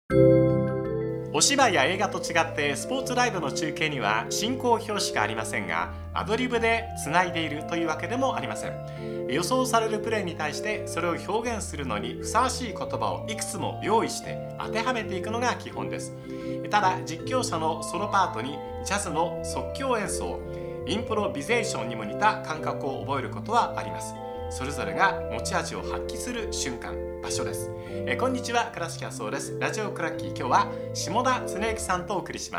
お芝居や映画と違ってスポーツライブの中継には進行表しかありませんが、アドリブでつないでいるというわけでもありません。予想されるプレーに対してそれを表現するのにふさわしい言葉をいくつも用意して当てはめていくのが基本です。ただ実況者のソロパートにジャズの即興演奏、インプロビゼーションにも似た感覚を覚えることはあります。それぞれが持ち味を発揮する瞬間、場所です。こんにちは、倉敷康夫です。ラジオクラッキー、今日は下田恒之さんとお送りします。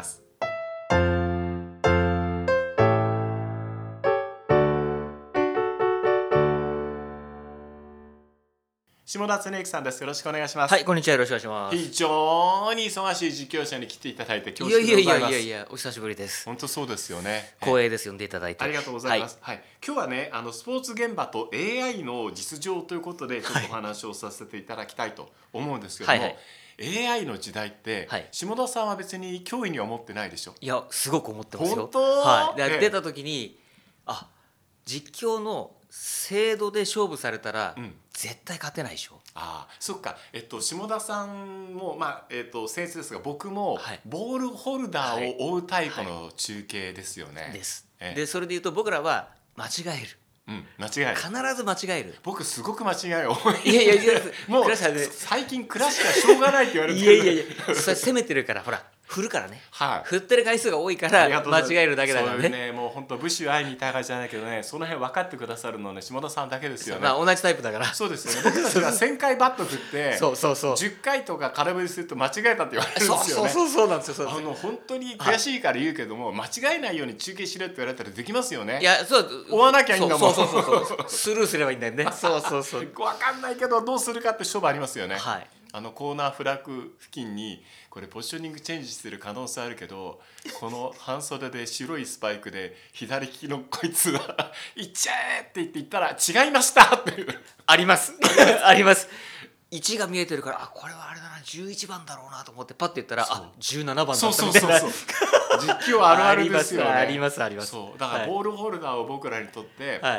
下田恒之さんです。よろしくお願いします。 はい、こんにちは。よろしくお願いします。 非常に忙しい実況者に来ていただいて恐縮でございます。 いや、お久しぶりです。 本当そうですよね。 光栄です。呼んでいただいて。 ありがとうございます。はい。今日はね、スポーツ現場と AI の実情ということでちょっとお話をさせていただきたいと思うんですけども、AI の時代って、下田さんは別に脅威には思ってないでしょ。 いや、すごく思ってますよ。 本当？ はい。で出た時に、実況の精度で勝負されたら、絶対勝てないでしょ。 そっか。下田さんも僭越ですが、僕もボールホルダーを追うタイプの中継ですよね。 です。でそれで言うと僕らは間違える。 間違える。 必ず間違える。 僕すごく間違い多い。 いやもう最近クラシカしょうがないって言われてる。 いやそれ攻めてるから、ほら振るからね。 はい。 振ってる回数が多いから間違えるだけだからね。 そうね、もう本当武士愛にたがじゃないけどね、その辺分かってくださるのね、下田さんだけですよね。 同じタイプだから。 そうですよね。僕たちが1000回バット振ってそう 10回とか空振りすると間違えたって言われるんですよね。 そうなんですよ。 本当に悔しいから言うけども、間違えないように中継しろって言われたらできますよね。 いや、そう追わなきゃいいんだもん。 そうスルーすればいいんだよね。そう分かんないけどどうするかって勝負ありますよね。 はい。 コーナーフラッグ付近にこれポジショニングチェンジする可能性あるけど、この半袖で白いスパイクで左利きのこいつは行っちゃえって言ったら違いましたっていうありますあります。1が見えてるから、これはあれだな、11番だろうなと思ってパッて言ったら、17番だったみたいな。 そう実況あるあるですよね。 あります。 そうだからボールホルダーを僕らにとって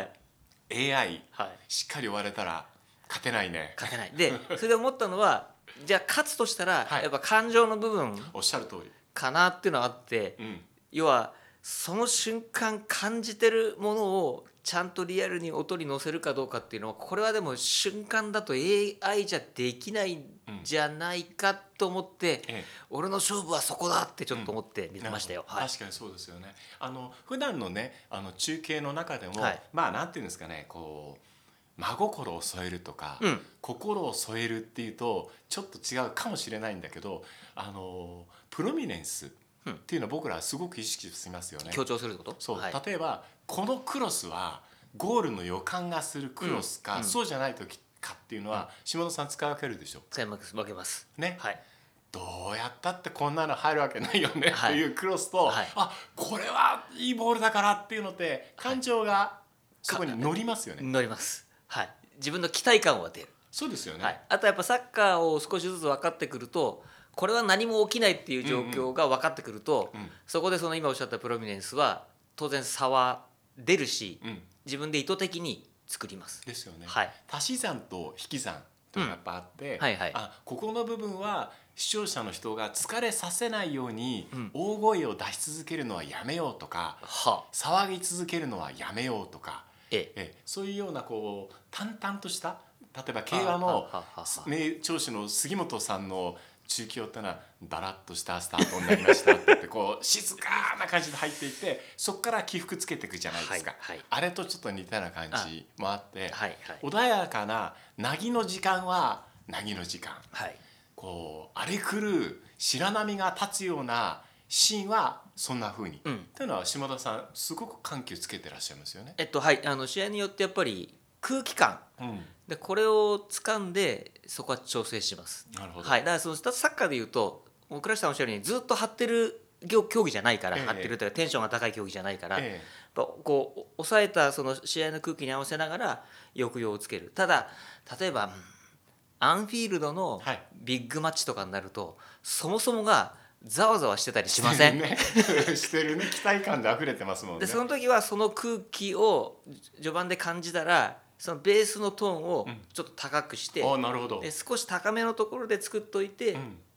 、AI しっかり追われたら勝てないね。 勝てない。でそれで思ったのは、じゃあ勝つとしたら、やっぱ感情の部分おっしゃる通りかなっていうのがあって、要はその瞬間感じてるものをちゃんとリアルに音に乗せるかどうかっていうのは、これはでも瞬間だと AI じゃできないんじゃないかと思って、俺の勝負はそこだってちょっと思って見てましたよ。 確かにそうですよね。普段のね中継の中でも、なんていうんですかね、こう真心を添えるとか、心を添えるっていうとちょっと違うかもしれないんだけど、プロミネンスっていうのは僕らはすごく意識しますよね。 強調するってこと？ そう、例えばこのクロスはゴールの予感がするクロスか、そうじゃない時かっていうのは、下田さん使い分けるでしょ。 使い分けますね。どうやったってこんなの入るわけないよねっていうクロスと、これはいいボールだからっていうのって感情がそこに乗りますよね。 乗ります。自分の期待感は出る。 そうですよね。 あとやっぱサッカーを少しずつ分かってくると、これは何も起きないっていう状況が分かってくると、そこでその今おっしゃったプロミネンスは当然差は出るし、自分で意図的に作ります。 ですよね。足し算と引き算というのがやっぱあって、ここの部分は視聴者の人が疲れさせないように大声を出し続けるのはやめようとか、騒ぎ続けるのはやめようとか、そういうようなこう淡々とした、例えば競馬の名調子の杉本さんの中継ってのはだらっとしたスタートになりましたって言ってこう静かな感じで入っていって、そこから起伏つけていくじゃないですか。あれとちょっと似たような感じもあって、穏やかな凪ぎの時間は凪ぎの時間、こう荒れ狂う白波が立つようなシーンはそんな風に、というのは下田さんすごく緩急つけてらっしゃいますよね。 試合によってやっぱり空気感、でこれを掴んでそこは調整します。 なるほど。 だからそのサッカーでいうと、倉石さんおっしゃるようにずっと張ってる競技じゃないから、張ってるというかテンションが高い競技じゃないから、こう抑えたその試合の空気に合わせながら抑揚をつける。ただ例えばアンフィールドのビッグマッチとかになると、そもそもがざわざわしてたりしません？ してるね。期待感で溢れてますもんね。 でその時はその空気を序盤で感じたら、そのベースのトーンをちょっと高くして、 なるほど。 で少し高めのところで作っといて、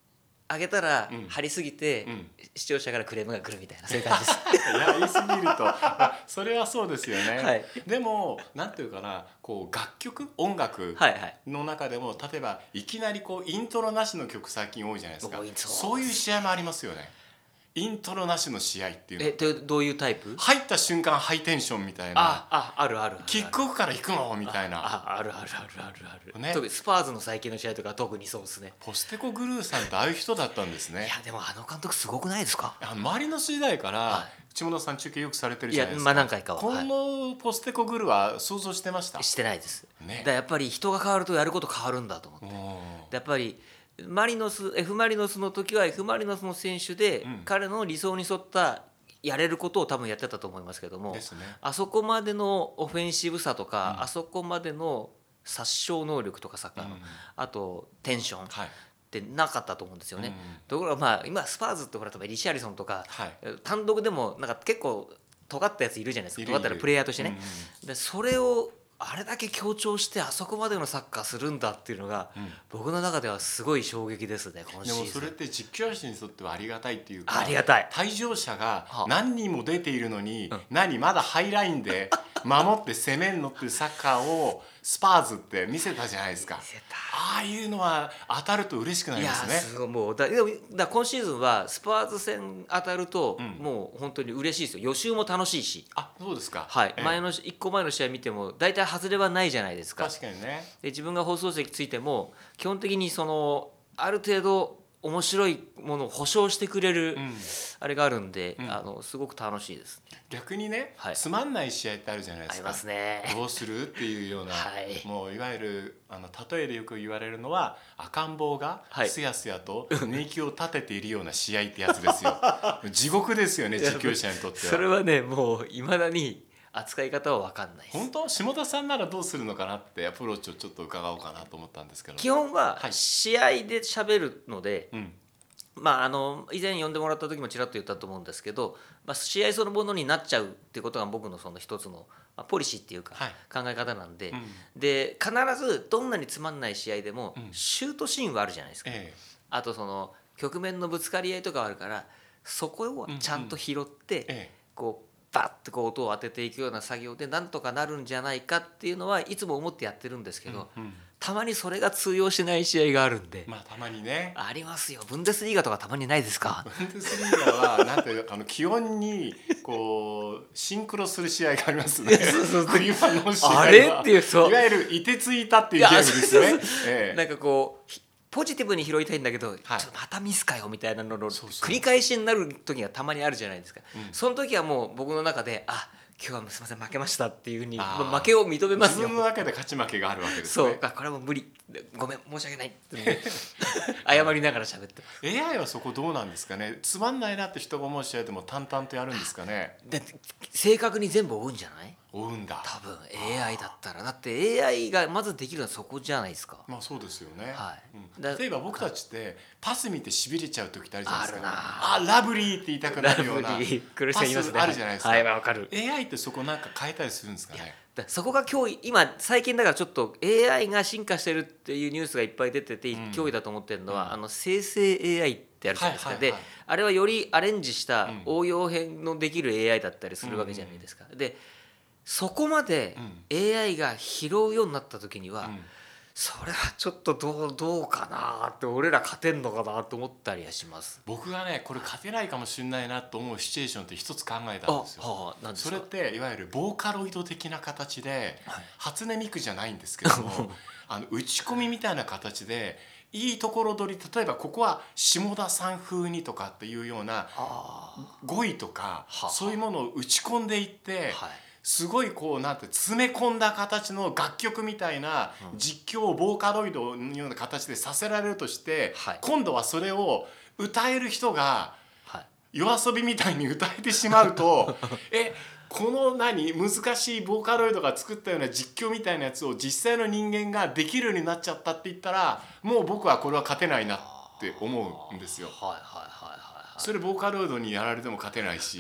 上げたら張りすぎて、視聴者からクレームが来るみたいな、そういう感じですいや言い過ぎるとそれはそうですよね、はい、でもなんていうかな、こう楽曲音楽の中でも、例えばいきなりこうイントロなしの曲最近多いじゃないですか。そういう試合もありますよね。イントロなしの試合っていうのどういうタイプ？ 入った瞬間ハイテンションみたいな。 あるキックオフから行くのみたいな。 ある、ね、特にスパーズの最近の試合とか特にそうですね。 ポステコグルーさんってああいう人だったんですね。 いやでも監督すごくないですか？ 周りの時代から、内村さん中継よくされてるじゃないですか。 何回かは。 このポステコグルーは想像してました？ してないです、ね、だからやっぱり人が変わるとやること変わるんだと思って。やっぱりFマリノスの時は Fマリノスの選手で、彼の理想に沿ったやれることを多分やってたと思いますけども、あそこまでのオフェンシブさとか、あそこまでの殺傷能力とかサッカーの、あとテンションってなかったと思うんですよね。ところが今スパーズってほらリシャリソンとか、単独でもなんか結構尖ったやついるじゃないですか。尖ったらプレイヤーとしてね、でそれをあれだけ強調してあそこまでのサッカーするんだっていうのが、僕の中ではすごい衝撃ですね、今シーズン。 でもそれって実況者にとってはありがたいっていうか、 ありがたい。 退場者が何人も出ているのに、まだハイラインで守って攻めんのっていうサッカーをスパーズって見せたじゃないですか。ああいうのは当たると嬉しくなりますね。 いやもうだ今シーズンはスパーズ戦当たると、もう本当に嬉しいですよ。予習も楽しいし。 そうですか。 はい、1個前の試合見ても大体外れはないじゃないですか。 確かにね。 で自分が放送席ついても基本的にある程度面白いものを保証してくれる、あれがあるんで、すごく楽しいです。 逆にね、つまんない試合ってあるじゃないですか。 ありますね。 どうするっていうような、もういわゆる例えでよく言われるのは、赤ん坊がすやすやと寝息を立てているような試合ってやつですよ。地獄ですよね、実況者にとっては。 それはね、もういまだに扱い方は分かんないです。 本当？下田さんならどうするのかなってアプローチをちょっと伺おうかなと思ったんですけど。 基本は試合で喋るので、以前呼んでもらった時もちらっと言ったと思うんですけど、試合そのものになっちゃうっていうことが僕の一つのポリシーっていうか考え方なんで、で必ずどんなにつまんない試合でもシュートシーンはあるじゃないですか。あと局面のぶつかり合いとかあるから、そこをちゃんと拾ってこうバッと音を当てていくような作業でなんとかなるんじゃないかっていうのはいつも思ってやってるんですけど、たまにそれが通用しない試合があるんで。 たまにね。ありますよ。ブンデスリーガとかたまにないですか？ ブンデスリーガはなんていう気温にこうシンクロする試合がありますね。冬場の試合はあれっていう、 いわゆる凍てついたっていうゲームですね。 なんかこうポジティブに拾いたいんだけど、ちょっとまたミスかよみたいなのの繰り返しになる時がたまにあるじゃないですか。その時はもう僕の中で今日はすみません負けましたっていう風に負けを認めますよ。 自分の中で勝ち負けがあるわけですね。 これはもう無理、ごめん申し訳ないって謝りながら喋ってます。 AI はそこどうなんですかね。つまんないなって人が思う試合でも淡々とやるんですかね。 だって正確に全部追うんじゃない？ 追うんだ多分 AI だったら。だって AI がまずできるのはそこじゃないですか。 そうですよね。例えば僕たちってパス見てしびれちゃう時ってあるじゃないですか。ラブリーって言いたくなるようなパスあるじゃないですか。 わかる。 AI ってそこなんか変えたりするんですかね。 そこが脅威。今最近だからちょっと AI が進化してるっていうニュースがいっぱい出てて脅威だと思ってるのは、生成 AI ってあるじゃないですか。であれはよりアレンジした応用編のできる AI だったりするわけじゃないですか。でそこまで AI が拾うようになった時には、それはちょっとどうかなって、俺ら勝てんのかなと思ったりはします。 僕がねこれ勝てないかもしれないなと思うシチュエーションって一つ考えたんですよ。それっていわゆるボーカロイド的な形で、初音ミクじゃないんですけども打ち込みみたいな形でいいところ取り、例えばここは下田さん風にとかっていうような語彙とかそういうものを打ち込んでいって、すごいなんて詰め込んだ形の楽曲みたいな実況をボーカロイドのような形でさせられるとして、今度はそれを歌える人が夜遊びみたいに歌えてしまうとこの難しいボーカロイドが作ったような実況みたいなやつを実際の人間ができるようになっちゃったって言ったら、もう僕はこれは勝てないなって思うんですよ。それボーカロイドにやられても勝てないし、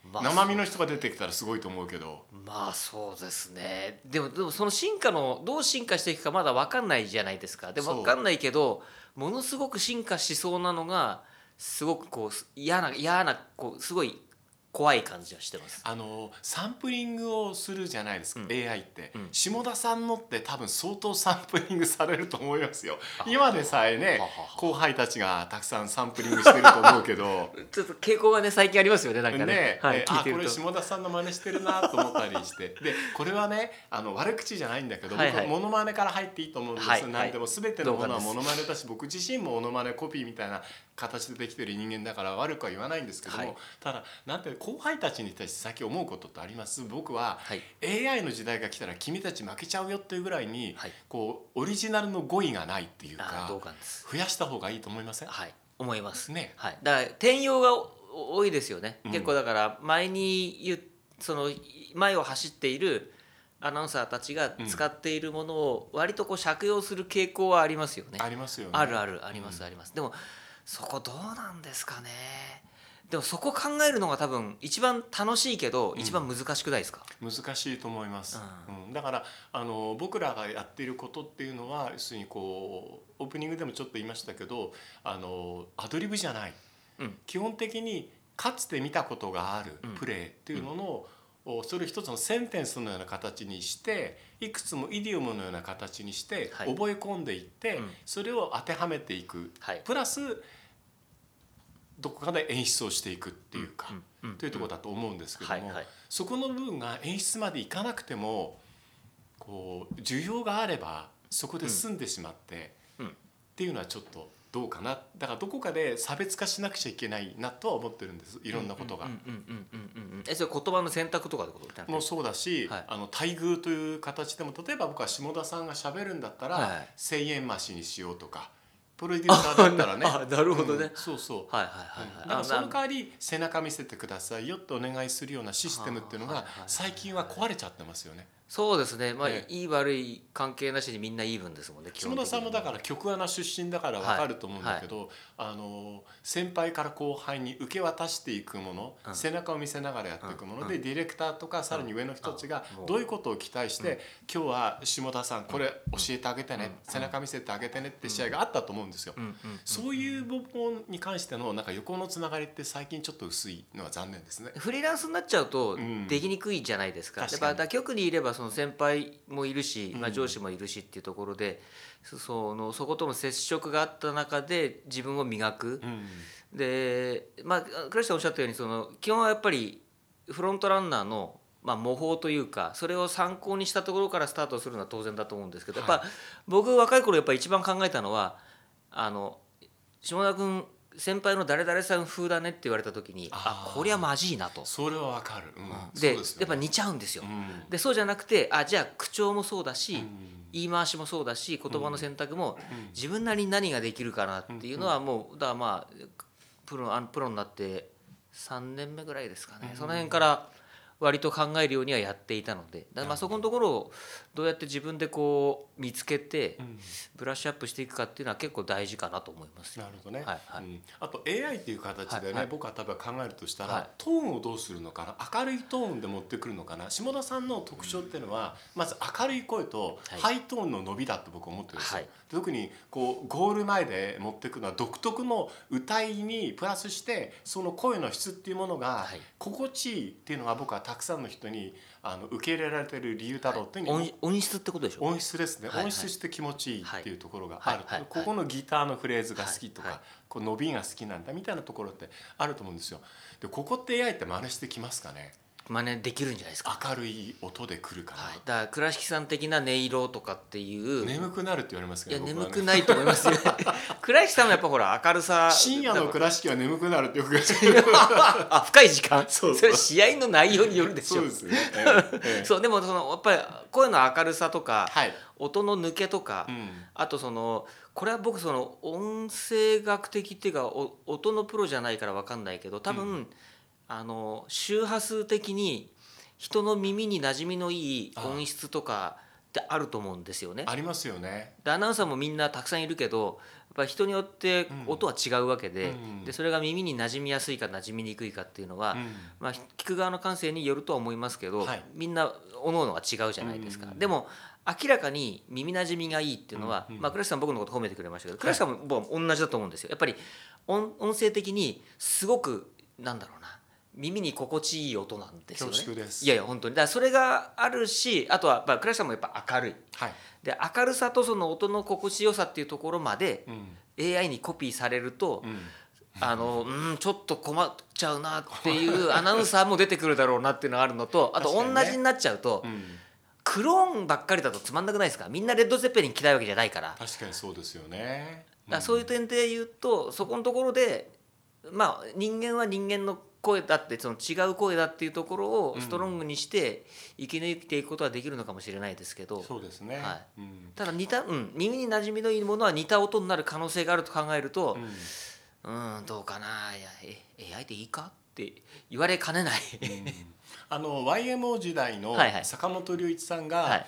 生身の人が出てきたらすごいと思うけど。 まあそうですね。でもその進化のどう進化していくかまだ分かんないじゃないですか。でも分かんないけどものすごく進化しそうなのがすごくこう嫌なこうすごい怖い感じはしてます。 サンプリングをするじゃないですか、AI って、下田さんのって多分相当サンプリングされると思いますよ。今でさえね後輩たちがたくさんサンプリングしてると思うけどちょっと傾向がね最近ありますよね、なんかね。 これ下田さんの真似してるなと思ったりしてでこれはね悪口じゃないんだけど、僕はモノマネから入っていいと思うんです。何でも全てのものはモノマネだし、僕自身もモノマネコピーみたいな形でできてる人間だから悪くは言わないんですけども、ただなんて後輩たちに対して最近思うことってあります。僕は、AI の時代が来たら君たち負けちゃうよっていうぐらいに、こうオリジナルの語彙がないっていうか増やした方がいいと思いません？ 思いますね。 だから転用が多いですよね、結構。だから前を走っているアナウンサーたちが使っているものを割とこう借用する傾向はありますよね。 ありますよね。 あります。でもそこどうなんですかね。でもそこ考えるのが多分一番楽しいけど一番難しくないですか？ 難しいと思います、だから僕らがやっていることっていうのは要するにこうオープニングでもちょっと言いましたけどアドリブじゃない、基本的にかつて見たことがあるプレーっていうのの、それを一つのセンテンスのような形にしていくつもイディオムのような形にして覚え込んでいって、それを当てはめていく、プラスどこかで演出をしていくっていうか、というところだと思うんですけども、そこの部分が演出までいかなくてもこう需要があればそこで済んでしまって、っていうのはちょっとどうかな。だからどこかで差別化しなくちゃいけないなとは思ってるんです、いろんなことが。 それ言葉の選択とかってこともそうだし、待遇という形でも、例えば僕は下田さんがしゃべるんだったら1000円増しにしようとか、プロデューサーだったらねなるほどね、 そうそう、だからその代わり背中見せてくださいよってお願いするようなシステムっていうのが最近は壊れちゃってますよね。 そうですね、いい悪い関係なしにみんなイーブンですもんね。 下田さんもだから局アナ出身だから分かると思うんだけど、先輩から後輩に受け渡していくもの、背中を見せながらやっていくもので、ディレクターとかさらに上の人たちがどういうことを期待して、今日は下田さんこれ教えてあげてね、背中見せてあげてねって試合があったと思うんですよ。そういう部分に関してのなんか横のつながりって最近ちょっと薄いのは残念ですね。 フリーランスになっちゃうとできにくいじゃないですか。やっぱ局にいればその先輩もいるし、上司もいるしっていうところで、そことの接触があった中で自分を磨く、で倉石さんおっしゃったように基本はやっぱりフロントランナーの模倣というか、それを参考にしたところからスタートするのは当然だと思うんですけど、やっぱ僕若い頃やっぱ一番考えたのは下田君先輩の誰々さん風だねって言われた時にこりゃまじいなと。 それはわかる、 でやっぱ似ちゃうんですよ、でそうじゃなくてじゃあ口調もそうだし、言い回しもそうだし、言葉の選択も自分なりに何ができるかなっていうのはもうだからプロになって3年目ぐらいですかね、その辺から割と考えるようにはやっていたので、そこのところをどうやって自分でこう見つけてブラッシュアップしていくかっていうのは結構大事かなと思います。 なるほどね、あと AI っていう形でね、僕は多分考えるとしたら、トーンをどうするのかな、明るいトーンで持ってくるのかな。下田さんの特徴っていうのはまず明るい声とハイトーンの伸びだって僕は思ってるんですよ。特にこうゴール前で持ってくるのは独特の歌いにプラスしてその声の質っていうものが心地いいっていうのが僕はたくさんの人に受け入れられている理由だろうっていうふうに、 音質ってことでしょ。 音質ですね、音質して気持ちいいっていうところがある、ここのギターのフレーズが好きとか、こう伸びが好きなんだみたいなところってあると思うんですよ。でここって AI って真似してきますかね。 真似できるんじゃないですか。 明るい音で来るかな、 だから倉敷さん的な音色とかっていう眠くなるって言われますけど、 いや眠くないと思いますよ倉敷さんもやっぱほら明るさ、 深夜の倉敷は眠くなるってよく言わ深い時間それ試合の内容によるでしょ。 そうですね、 そうでもやっぱり声の明るさとか、音の抜けとか、あとこれは僕音声学的っていうか音のプロじゃないから分かんないけど、多分、周波数的に人の耳に馴染みのいい音質とかってあると思うんですよね。 ありますよね。 でアナウンサーもみんなたくさんいるけど、やっぱり人によって音は違うわけで、でそれが耳に馴染みやすいか馴染みにくいかっていうのは、まあ、聞く側の感性によるとは思いますけど、みんな各々が違うじゃないですか。でも明らかに耳なじみがいいっていうのは、まあ、倉石さん僕のこと褒めてくれましたけど、倉石さんも僕は同じだと思うんですよ。やっぱり音声的にすごくなんだろうな、耳に心地いい音なんですよね。 恐縮です。 いやいや本当にだからそれがあるし、あとは倉石さんもやっぱ明るい、で明るさとその音の心地よさっていうところまで AI にコピーされると、ちょっと困っちゃうなっていうアナウンサーも出てくるだろうなっていうのがあるのと、あと同じになっちゃうと、クローンばっかりだとつまんなくないですか。みんなレッド・ゼッペリン着たいわけじゃないから。 確かにそうですよね。 だからそういう点で言うと、そこのところでまあ人間は人間の声だって、その違う声だっていうところをストロングにして生き抜いていくことはできるのかもしれないですけど、 そうですね、 ただ耳に馴染みのいいものは似た音になる可能性があると考えると、どうかな、いや AI でいいかって言われかねない YMO 時代の坂本龍一さんが、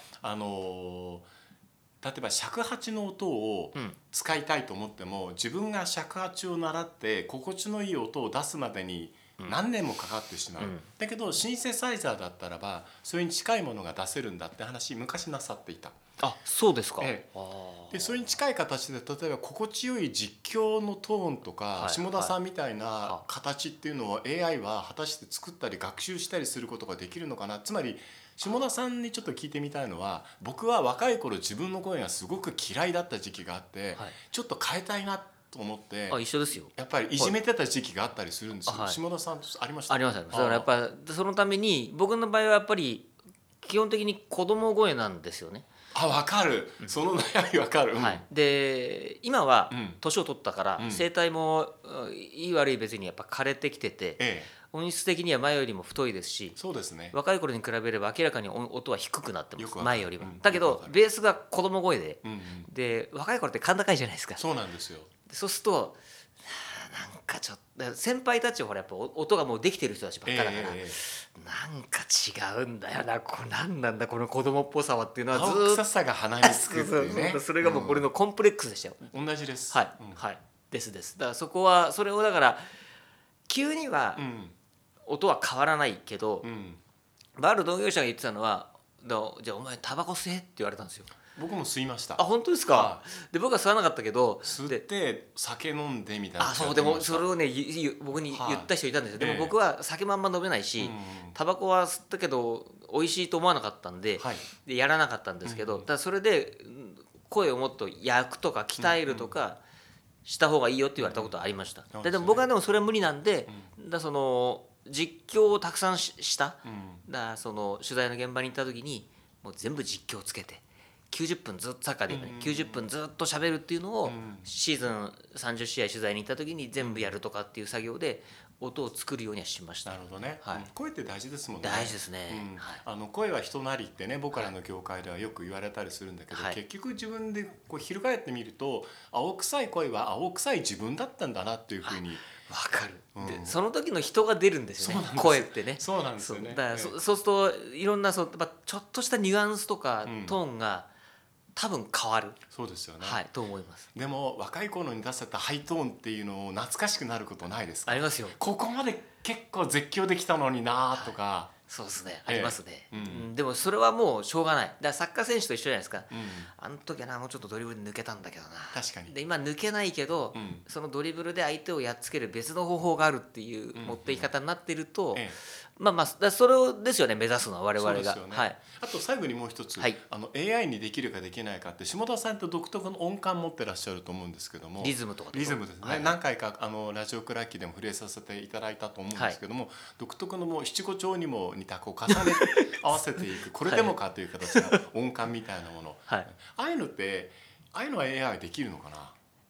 例えば尺八の音を使いたいと思っても、自分が尺八を習って心地のいい音を出すまでに何年もかかってしまう、だけどシンセサイザーだったらばそれに近いものが出せるんだって話昔なさっていた。 あ、そうですか。 でそれに近い形で例えば心地よい実況のトーンとか、下田さんみたいな形っていうのを AI は果たして作ったり学習したりすることができるのかな。つまり下田さんにちょっと聞いてみたいのは、僕は若い頃自分の声がすごく嫌いだった時期があって、ちょっと変えたいなと思って、 一緒ですよ。 やっぱりいじめてた時期があったりするんですよ。下田さんありました？ あります。だからやっぱそのために僕の場合はやっぱり基本的に子供声なんですよね。 分かる、その悩み分かる、 で今は年を取ったから声帯もいい悪い別にやっぱ枯れてきてて、音質的には前よりも太いですし、 そうですね、 若い頃に比べれば明らかに音は低くなってます、前よりは。だけどベースが子供声で、で若い頃って甲高いじゃないですか。 そうなんですよ。 そうするとなんかちょっと先輩たちはほらやっぱ音がもうできてる人たちばっかだから、なんか違うんだよな、何なんだこの子供っぽさはっていうのはずっと青臭さが鼻につくっていうねそれがもうこれのコンプレックスでしたよ。 同じです。 ですだからそこはそれをだから急には音は変わらないけど、ある同業者が言ってたのは、じゃあお前タバコ吸えって言われたんですよ。 僕も吸いました。 あ、本当ですか。で僕は吸わなかったけど、 吸って酒飲んでみたいな。 そうでもそれをね僕に言った人いたんですよ。でも僕は酒もあんま飲めないし、タバコは吸ったけど美味しいと思わなかったんで、でやらなかったんですけど、ただそれで声をもっと焼くとか鍛えるとかした方がいいよって言われたことはありました。でも僕はでもそれは無理なんで、その実況をたくさんした、その取材の現場に行った時にもう全部実況つけて90分ずっとサッカーで90分ずっと喋るっていうのをシーズン30試合取材に行った時に全部やるとかっていう作業で音を作るようにはしました。 なるほどね、声って大事ですもんね。 大事ですね、 声は人なりってね、僕らの業界ではよく言われたりするんだけど、結局自分でこう翻ってみると青臭い声は青臭い自分だったんだなっていうふうに分かる、でその時の人が出るんですよね、声ってね。 そうなんですよね。 だからそうするといろんなちょっとしたニュアンスとかトーンが多分変わる。 そうですよね、 と思います。 でも若い頃に出せたハイトーンっていうのを懐かしくなることないですか？ ありますよ。 ここまで結構絶叫できたのになとか、 そうですね、ありますね、でもそれはもうしょうがない。だからサッカー選手と一緒じゃないですか、あの時はなもうちょっとドリブル抜けたんだけどな。 確かに。 で今抜けないけど、そのドリブルで相手をやっつける別の方法があるっていう持っていき方になってると、それをですよね目指すのは我々が。 あと最後にもう一つ、AI にできるかできないかって下田さんと独特の音感持ってらっしゃると思うんですけども、 リズムとかリズムですね、何回かラジオクラッキーでも触れさせていただいたと思うんですけども、独特のもう七五調にも似たこう重ね合わせていくこれでもかという形の音感みたいなもの、ああいうのは AI できるのかな。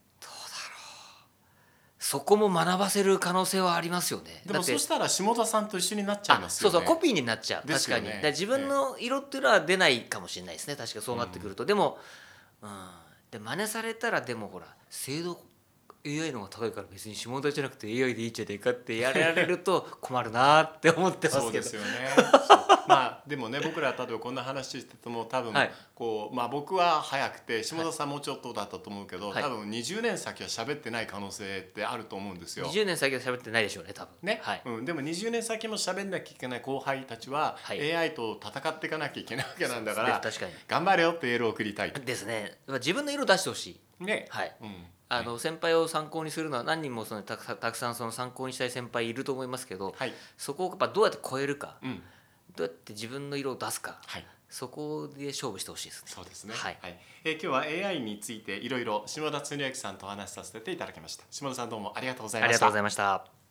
そこも学ばせる可能性はありますよね。 でもそしたら下田さんと一緒になっちゃいますよね。 そうコピーになっちゃう。確かに。自分の色っていうのは出ないかもしれないですね。確かそうなってくると。でも、で真似されたらでもほら精度 AI の方が高いから別に下田じゃなくて AI でいいんじゃねえかってやられると困るなって思ってますけど。 そうですよね。まあでもね、僕ら例えばこんな話してても多分こう、まあ僕は早くて下田さんもうちょっとだったと思うけど、多分20年先は喋ってない可能性ってあると思うんですよ。 20年先は喋ってないでしょうね多分ね。でも20年先も喋んなきゃいけない後輩たちは AI と戦っていかなきゃいけないわけなんだから、 確かに頑張れよってエールを送りたいですね。自分の色出してほしいね。 はい。先輩を参考にするのは何人もたくさんその参考にしたい先輩いると思いますけど、そこをやっぱどうやって超えるか、どうやって自分の色を出すか、そこで勝負してほしいですね。 そうですね。今日は AI についていろいろ下田恒明さんとお話しさせていただきました。下田さんどうもありがとうございました。 ありがとうございました。